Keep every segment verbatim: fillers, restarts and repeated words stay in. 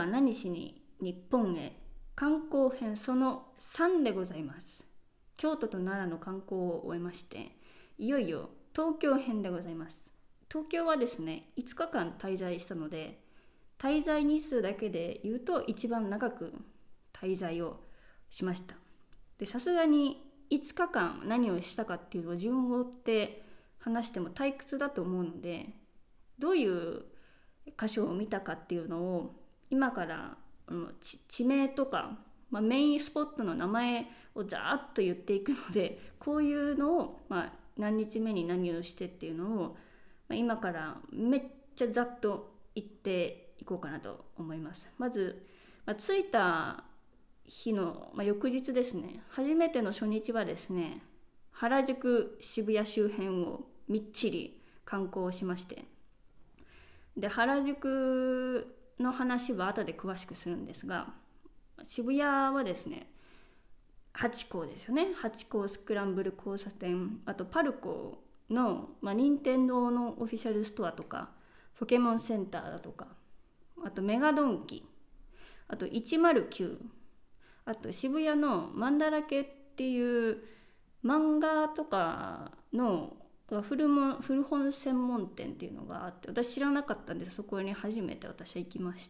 何しに日本へ観光編そのさんでございます。京都と奈良の観光を終えまして、いよいよ東京編でございます。東京はですね、いつかかん滞在したので、滞在日数だけで言うと一番長く滞在をしました。で、さすがにいつかかん何をしたかっていうのを順を追って話しても退屈だと思うので、どういう箇所を見たかっていうのを今から地名とか、まあ、メインスポットの名前をざーっと言っていくので、こういうのを、まあ、何日目に何をしてっていうのを、まあ、今からめっちゃざっと言っていこうかなと思います。まず、まあ、着いた日の、まあ、翌日ですね、初めての初日はですね、原宿渋谷周辺をみっちり観光しまして、で原宿の話は後で詳しくするんですが、渋谷はですね、ハチ公ですよね。ハチ公スクランブル交差点、あとパルコの、まあ、任天堂のオフィシャルストアとか、ポケモンセンターだとか、あとメガドンキ、あといちまるきゅう、あと渋谷のマンダラケっていう漫画とかの古も古本専門店っていうのがあって、私知らなかったんで、そこに初めて私は行きまして、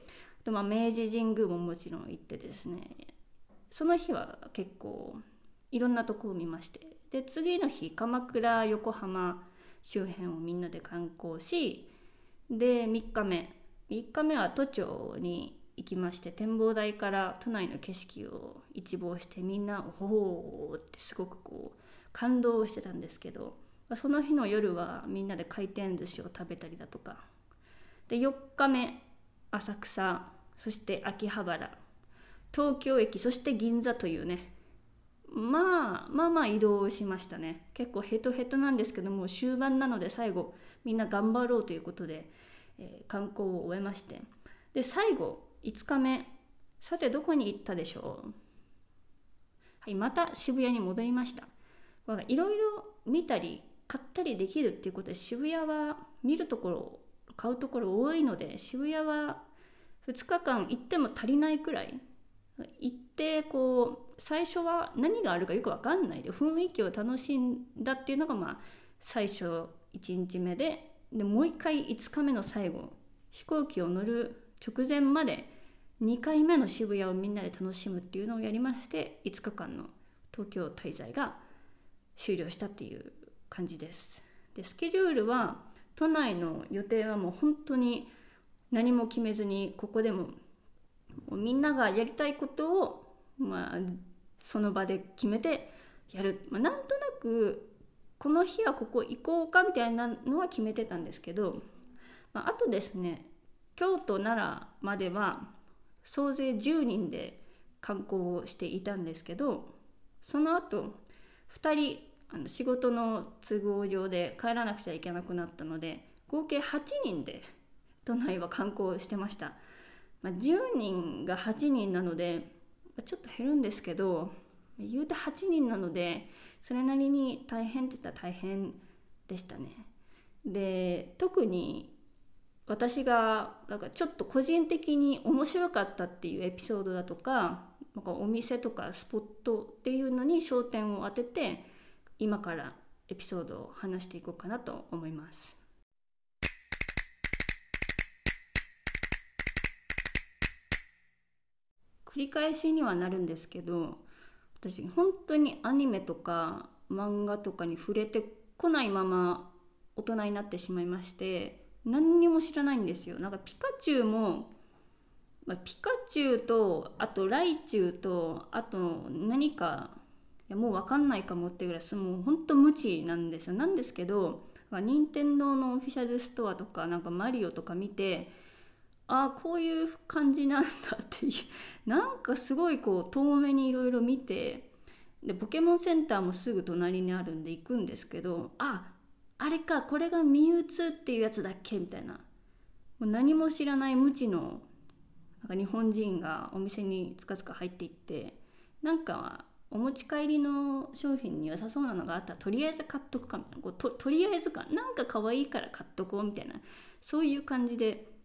あとまあ明治神宮ももちろん行ってですね、その日は結構いろんなとこを見まして、で次の日鎌倉横浜周辺をみんなで観光し、でみっかめみっかめは都庁に行きまして、展望台から都内の景色を一望して、みんなおおってすごくこう感動してたんですけど、その日の夜はみんなで回転寿司を食べたりだとかで、よっかめ浅草、そして秋葉原、東京駅、そして銀座というね、まあまあまあ移動しましたね。結構ヘトヘトなんですけども、終盤なので最後みんな頑張ろうということで、えー、観光を終えまして、で最後いつかめ、さてどこに行ったでしょう。はい、また渋谷に戻りました。いろいろ見たり買ったりできるっていうことで、渋谷は見るところ買うところ多いので、渋谷はふつかかん行っても足りないくらい行って、こう最初は何があるかよく分かんないで雰囲気を楽しんだっていうのがまあ最初いちにちめで、でもう一回いつかめの最後、飛行機を乗る直前までにかいめの渋谷をみんなで楽しむっていうのをやりまして、いつかかんの東京滞在が終了したっていう感じです。でスケジュールは都内の予定はもう本当に何も決めずに、ここでももうみんながやりたいことを、まあ、その場で決めてやる、まあ、なんとなくこの日はここ行こうかみたいなのは決めてたんですけど、まあ、あとですね、京都奈良までは総勢じゅうにんで観光をしていたんですけど、その後ふたりあの仕事の都合上で帰らなくちゃいけなくなったので、合計はちにんで都内は観光してました。まあ、じゅうにんがはちにんなのでちょっと減るんですけど、言うてはちにんなのでそれなりに大変って言ったら大変でしたね。で特に私がなんかちょっと個人的に面白かったっていうエピソードだとか、なんかお店とかスポットっていうのに焦点を当てて、今からエピソードを話していこうかなと思います。繰り返しにはなるんですけど、私本当にアニメとか漫画とかに触れてこないまま大人になってしまいまして、何にも知らないんですよ。なんかピカチュウも、まあ、ピカチュウとあとライチュウとあと何か、いやもう分かんないかもってぐらい、もう本当無知なんですよ。なんですけど、任天堂のオフィシャルストアとかなんかマリオとか見て、ああこういう感じなんだっていう、なんかすごいこう遠目にいろいろ見て、でポケモンセンターもすぐ隣にあるんで行くんですけど、ああれか、これがミュウツーっていうやつだっけみたいな、もう何も知らない無知のなんか日本人がお店につかつか入っていって、なんかお持ち帰りの商品に良さそうなのがあったらとりあえず買っとくかみたいな、こう と, とりあえずかなんか可愛いから買っとこうみたいな、そういう感じで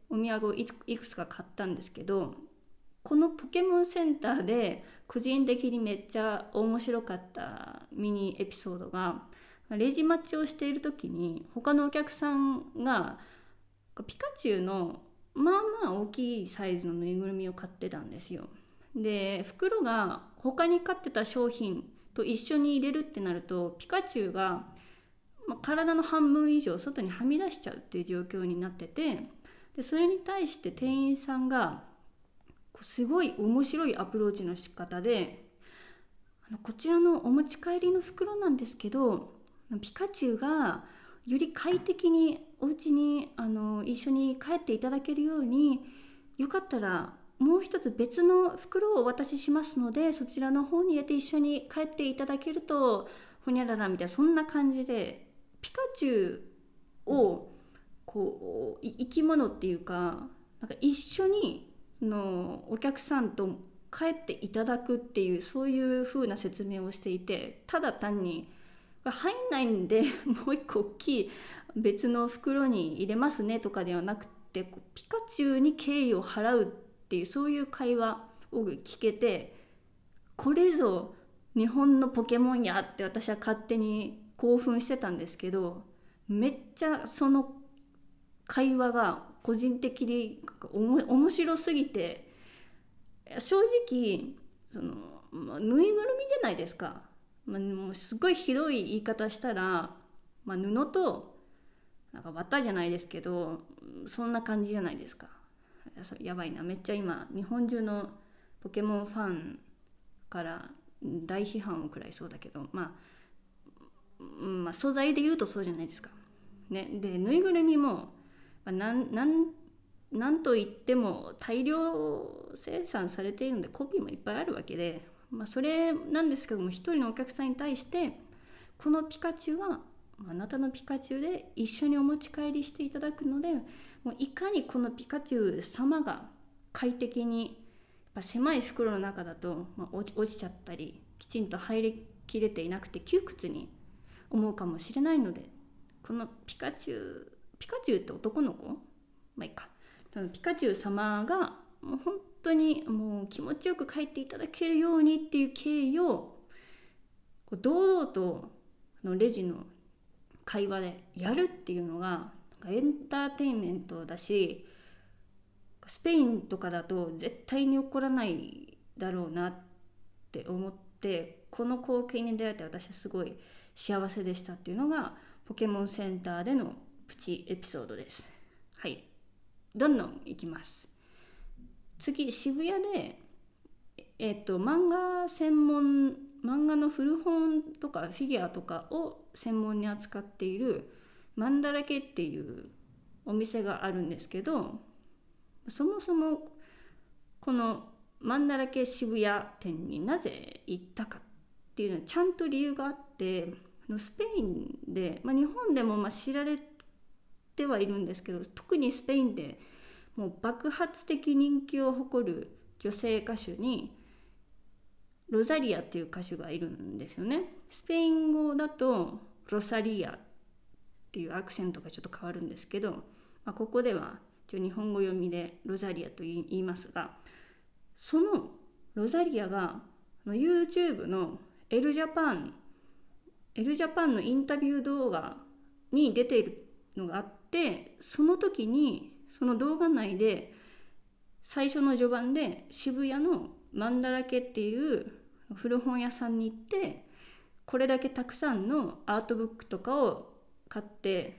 お土産をいくつか買ったんですけど、このポケモンセンターで個人的にめっちゃ面白かったミニエピソードが、レジ待ちをしている時に他のお客さんがピカチュウのまあまあ大きいサイズのぬいぐるみを買ってたんですよ。で、袋が他に買ってた商品と一緒に入れるってなると、ピカチュウが体の半分以上外にはみ出しちゃうっていう状況になってて、でそれに対して店員さんがすごい面白いアプローチの仕方で、あのこちらのお持ち帰りの袋なんですけど、ピカチュウがより快適にお家にあの一緒に帰っていただけるように、よかったらもう一つ別の袋をお渡ししますので、そちらの方に入れて一緒に帰っていただけるとほにゃららみたいな、そんな感じでピカチュウをこう生き物っていうか、なんか一緒にのお客さんと帰っていただくっていう、そういう風な説明をしていて、ただ単に入んないんでもう一個大きい別の袋に入れますねとかではなくて、こうピカチュウに敬意を払うっていう、そういう会話を聞けて、これぞ日本のポケモンやって私は勝手に興奮してたんですけど、めっちゃその会話が個人的におも面白すぎて、正直その、まあ、ぬいぐるみじゃないですか。まあ、もうすごいひどい言い方したら、まあ、布となんか綿じゃないですけど、そんな感じじゃないですか。やばいな、めっちゃ今日本中のポケモンファンから大批判を食らいそうだけど、まあ、まあ素材で言うとそうじゃないですか、ね、でぬいぐるみも、まあ、なんなんなんといっても大量生産されているのでコピーもいっぱいあるわけで、まあ、それなんですけども、一人のお客さんに対してこのピカチュウはあなたのピカチュウで一緒にお持ち帰りしていただくので、もういかにこのピカチュウ様が快適に、やっぱ狭い袋の中だと、まあ、落ちちゃったりきちんと入りきれていなくて窮屈に思うかもしれないので、このピカチュウピカチュウって男の子、まあいいか、ピカチュウ様がもう本当にもう気持ちよく帰っていただけるようにっていう経緯を堂々とレジの会話でやるっていうのがエンターテインメントだし、スペインとかだと絶対に起こらないだろうなって思って、この光景に出会えて私はすごい幸せでしたっていうのがポケモンセンターでのプチエピソードです。はい、どんどんいきます。次、渋谷でえっと漫画専門漫画の古本とかフィギュアとかを専門に扱っているマンダラケっていうお店があるんですけど、そもそもこのマンダラケ渋谷店になぜ行ったかっていうのはちゃんと理由があって、スペインで、まあ、日本でもまあ知られてはいるんですけど、特にスペインでもう爆発的人気を誇る女性歌手にロザリアっていう歌手がいるんですよね。スペイン語だとロサリアっていうアクセントがちょっと変わるんですけど、まあ、ここでは一応日本語読みでロザリアと言いますが、そのロザリアが YouTube のエルジャパンエルジャパンのインタビュー動画に出ているのがあって、その時にその動画内で最初の序盤で渋谷のマンダラケっていう古本屋さんに行って、これだけたくさんのアートブックとかを買って、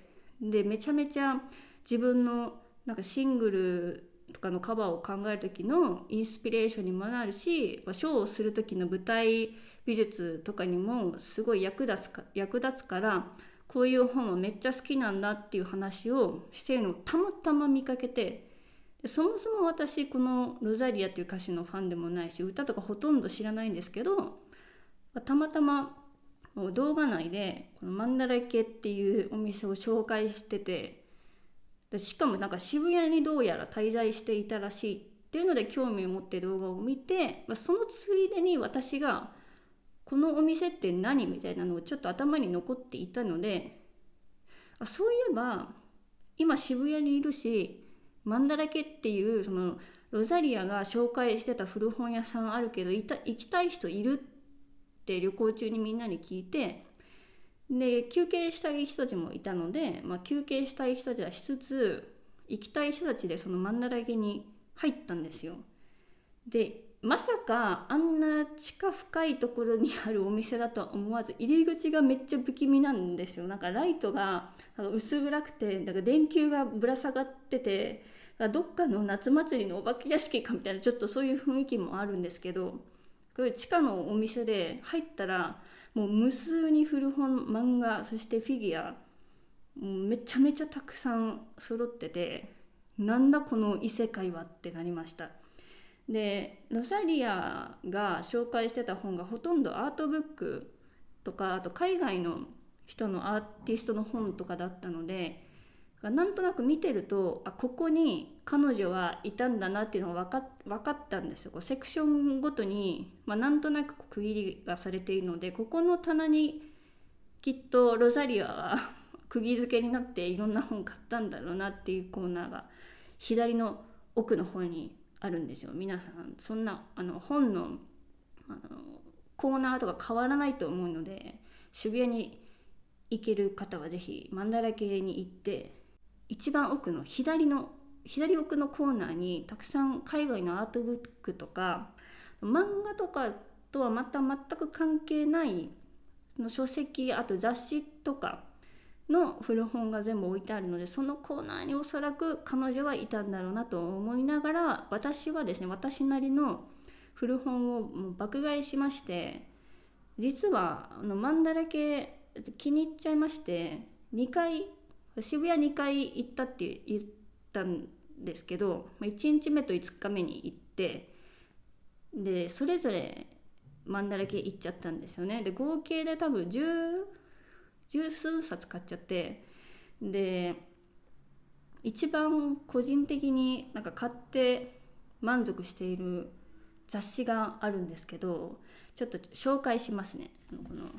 でめちゃめちゃ自分のなんかシングルとかのカバーを考える時のインスピレーションにもなるし、ショーをする時の舞台美術とかにもすごい役立つか、役立つから、こういう本はめっちゃ好きなんだっていう話をしているのをたまたま見かけて、そもそも私このロザリアっていう歌手のファンでもないし、歌とかほとんど知らないんですけど、たまたま動画内でこのマンダラケっていうお店を紹介してて、しかもなんか渋谷にどうやら滞在していたらしいっていうので興味を持って動画を見て、そのついでに私がこのお店って何みたいなのをちょっと頭に残っていたので、あ、そういえば今渋谷にいるしマンダラケっていうそのロザリアが紹介してた古本屋さんあるけどいた行きたい人いるって旅行中にみんなに聞いて、で休憩したい人たちもいたので、まあ、休憩したい人たちはしつつ行きたい人たちでそのマンダラケに入ったんですよ。でまさかあんな地下深いところにあるお店だとは思わず、入り口がめっちゃ不気味なんですよ。なんかライトがなんか薄暗くて、なんか電球がぶら下がってて、どっかの夏祭りのお化け屋敷かみたいな、ちょっとそういう雰囲気もあるんですけど、これ地下のお店で入ったらもう無数に古本、漫画、そしてフィギュア、もうめちゃめちゃたくさん揃ってて、なんだこの異世界はってなりました。でロザリアが紹介してた本がほとんどアートブックとか、あと海外の人のアーティストの本とかだったので、なんとなく見てると、あここに彼女はいたんだなっていうのが分か、分かったんですよ。こうセクションごとに、まあ、なんとなく区切りがされているので、ここの棚にきっとロザリアは釘付けになっていろんな本買ったんだろうなっていうコーナーが左の奥の方にあるんですよ。皆さんそんなあの本の、あのコーナーとか変わらないと思うので、渋谷に行ける方はぜひマンダラケに行って、一番奥の左の左奥のコーナーにたくさん海外のアートブックとか漫画とかとはまた全く関係ないの書籍、あと雑誌とかの古本が全部置いてあるので、そのコーナーにおそらく彼女はいたんだろうなと思いながら、私はですね、私なりの古本をもう爆買いしまして、実はあのマンダラケ気に入っちゃいまして、にかい渋谷にかい行ったって言ったんですけど、いちにちめといつかめに行って、でそれぞれマンダラケ行っちゃったんですよね。で合計で多分じゅう十数冊買っちゃって、で一番個人的になんか買って満足している雑誌があるんですけど、ちょっと紹介しますね。この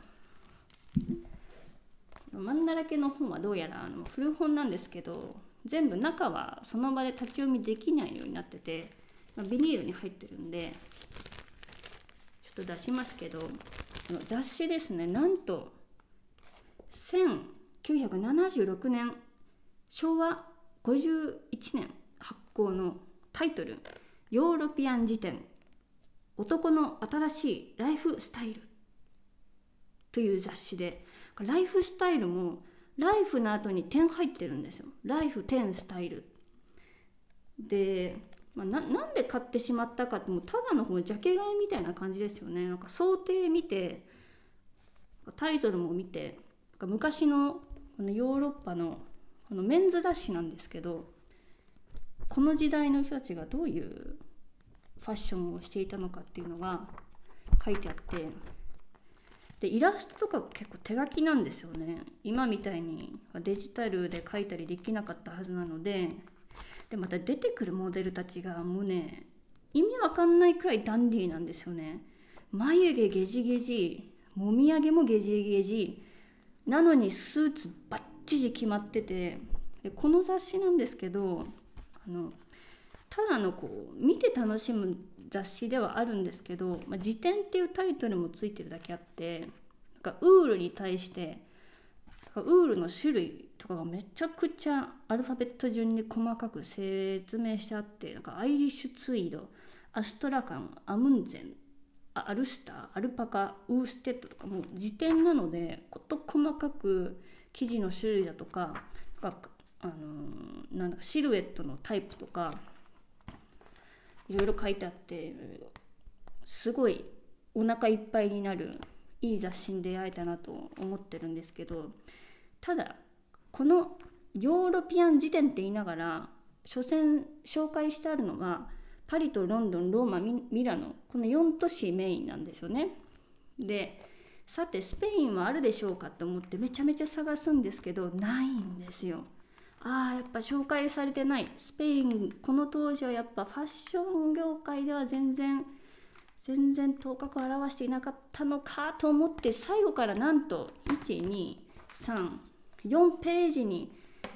マンダラケの本はどうやらあの古本なんですけど、全部中はその場で立ち読みできないようになってて、まあ、ビニールに入ってるんでちょっと出しますけど、雑誌ですね。なんとせんきゅうひゃくななじゅうろくねんしょうわごじゅういちねん発行の、タイトルヨーロピアン辞典男の新しいライフスタイルという雑誌で、ライフスタイルもライフの後に点入ってるんですよ。ライフじゅうスタイルで、まあ、な, なんで買ってしまったかって、もうただのこのジャケ買いみたいな感じですよね。なんか想定見て、タイトルも見て、昔のこのヨーロッパのこのメンズ雑誌なんですけど、この時代の人たちがどういうファッションをしていたのかっていうのが書いてあって、でイラストとか結構手書きなんですよね。今みたいにデジタルで描いたりできなかったはずなので、でまた出てくるモデルたちがもうね、意味わかんないくらいダンディーなんですよね。眉毛ゲジゲジ、もみあげもゲジゲジなのにスーツバッチリ決まってて、でこの雑誌なんですけど、あのただのこう見て楽しむ雑誌ではあるんですけど、まあ、辞典っていうタイトルもついてるだけあって、なんかウールに対してウールの種類とかがめちゃくちゃアルファベット順に細かく説明してあって、なんかアイリッシュツイード、アストラカン、アムンゼン、アルスター、アルパカ、ウーステッドとか、もう辞典なので事細かく生地の種類だとか、あのなんだかシルエットのタイプとかいろいろ書いてあって、すごいお腹いっぱいになるいい雑誌に出会えたなと思ってるんですけど、ただこのヨーロピアン辞典って言いながら所詮紹介してあるのはパリとロンドン、ローマ、ミラノ、このよん都市メインなんですよね。でさてスペインはあるでしょうかと思ってめちゃめちゃ探すんですけど、ないんですよ。あーやっぱ紹介されてない。スペインこの当時はやっぱファッション業界では全然全然頭角を現していなかったのかと思って、最後からなんといち、に、さん、よんページに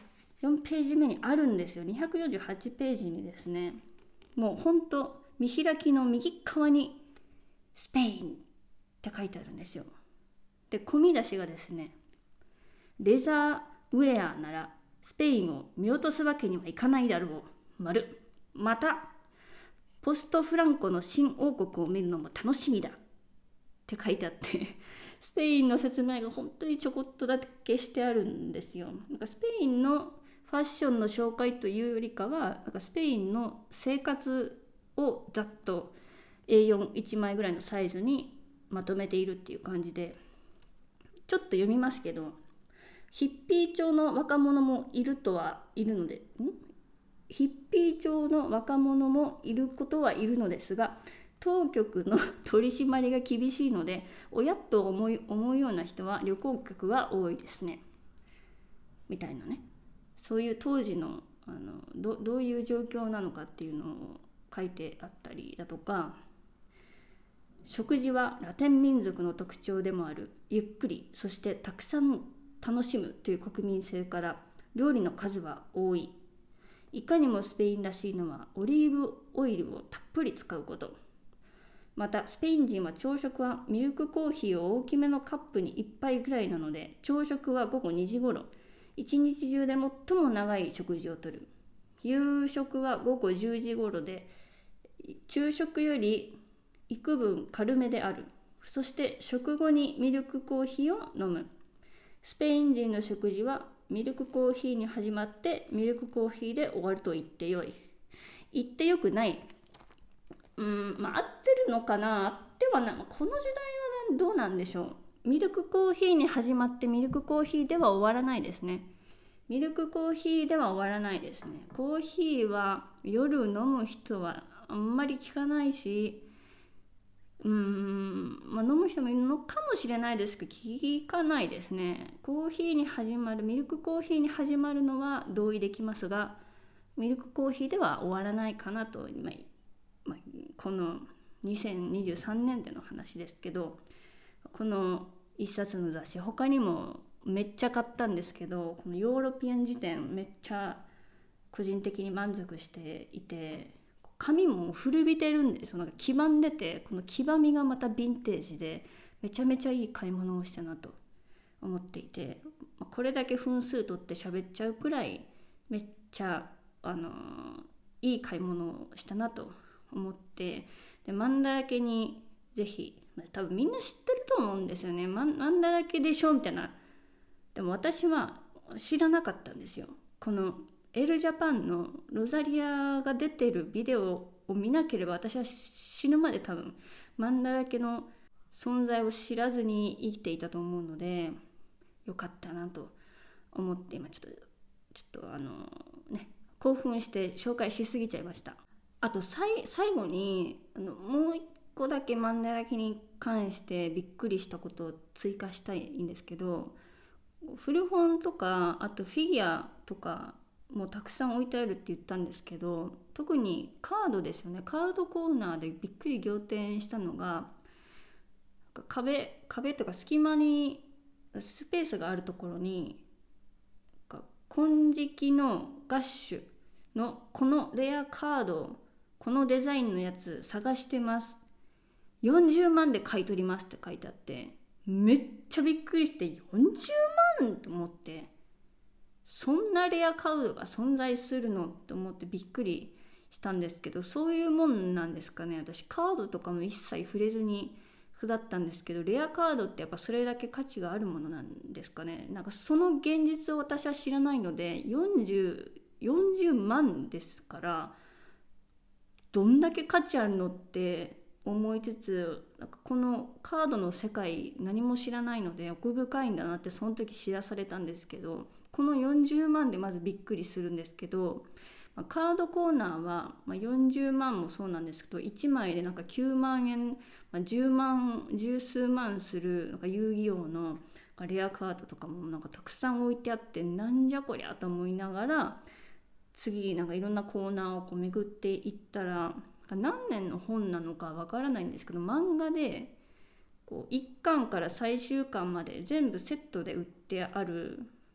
よんページ目にあるんですよ。にひゃくよんじゅうはちページにですね、もうほんと見開きの右側にスペインって書いてあるんですよ。で、込み出しがですね、レザーウェアならスペインを見落とすわけにはいかないだろう。丸。また、ポストフランコの新王国を見るのも楽しみだって書いてあって、スペインの説明が本当にちょこっとだけしてあるんですよ。なんかスペインのファッションの紹介というよりかは、なんかスペインの生活をざっと エーよんいち 枚ぐらいのサイズにまとめているっていう感じで、ちょっと読みますけど、ヒッピー調の若者もいるとはいるので、んヒッピー調の若者もいることはいるのですが、当局の取り締まりが厳しいので、親と思い思うような人は旅行客が多いですね。みたいなね。そういう当時の、あの ど, どういう状況なのかっていうのを書いてあったりだとか、食事はラテン民族の特徴でもあるゆっくりそしてたくさん楽しむという国民性から料理の数は多い。いかにもスペインらしいのはオリーブオイルをたっぷり使うこと。またスペイン人は朝食はミルクコーヒーを大きめのカップにいっぱいぐらいなので、朝食はごごにじ頃、一日中で最も長い食事をとる。夕食はごごじゅうじ頃で、昼食より幾分軽めである。そして食後にミルクコーヒーを飲む。スペイン人の食事はミルクコーヒーに始まってミルクコーヒーで終わると言ってよい。言ってよくない。うん、まあ合ってるのかな、合ってはない。この時代はどうなんでしょう。ミルクコーヒーに始まってミルクコーヒーでは終わらないですね。ミルクコーヒーでは終わらないですね。コーヒーは夜飲む人はあんまり聞かないし、うーん、まあ、飲む人もいるのかもしれないですけど、聞かないですね。コーヒーに始まる、ミルクコーヒーに始まるのは同意できますが、ミルクコーヒーでは終わらないかなと、今まあ、このにせんにじゅうさんねんでの話ですけど、この一冊の雑誌他にもめっちゃ買ったんですけど、このヨーロピアン辞典めっちゃ個人的に満足していて、紙も古びてるんですよ。なんか黄ばんでて、この黄ばみがまたヴィンテージでめちゃめちゃいい買い物をしたなと思っていて、これだけ分数取って喋っちゃうくらいめっちゃあのいい買い物をしたなと思って、でマンだらけにぜひ、多分みんな知ってると思うんですよね。マン、マンだらけでしょみたいな。でも私は知らなかったんですよ。このエルジャパンのロザリアが出てるビデオを見なければ、私は死ぬまで多分マンだらけの存在を知らずに生きていたと思うので、よかったなと思って、今ちょっとちょっとあのね興奮して紹介しすぎちゃいました。あと最後にあのもう一個だけマンだらけに関してびっくりしたことを追加したいんですけど、古本とかあとフィギュアとかもたくさん置いてあるって言ったんですけど、特にカードですよね。カードコーナーでびっくり仰天したのが、壁壁とか隙間にスペースがあるところに金色のガッシュのこのレアカード、このデザインのやつ探してます、よんじゅうまんで買い取りますって書いてあって、めっちゃびっくりして、よんじゅうまんと思って、そんなレアカードが存在するのって思ってびっくりしたんですけど、そういうもんなんですかね。私カードとかも一切触れずに育ったんですけど、レアカードってやっぱそれだけ価値があるものなんですかね。なんかその現実を私は知らないので、よんじゅう、よんじゅうまんですから、どんだけ価値あるのって思いつつ、なんかこのカードの世界何も知らないので奥深いんだなってその時知らされたんですけど、このよんじゅうまんでまずびっくりするんですけど、カードコーナーはよんじゅうまんもそうなんですけど、いちまいでなんかきゅうまんえん、じゅうまん、十数万するなんか遊戯王のレアカードとかもなんかたくさん置いてあって、なんじゃこりゃと思いながら、次なんかいろんなコーナーをこう巡っていったら、何年の本なのかわからないんですけど、漫画でこういっかんから最終巻まで全部セットで売ってある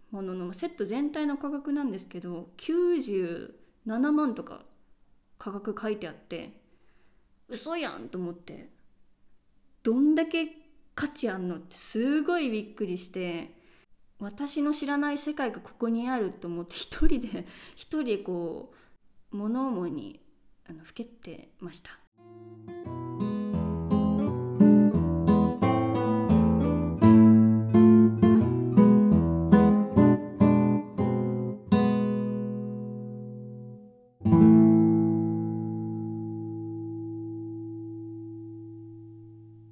もののセット全体の価格なんですけどきゅうじゅうななまんとか価格書いてあって、嘘やんと思って、どんだけ価値あんのってすごいびっくりして、私の知らない世界がここにあると思って一人で一人でこう物思いにあのふけってました。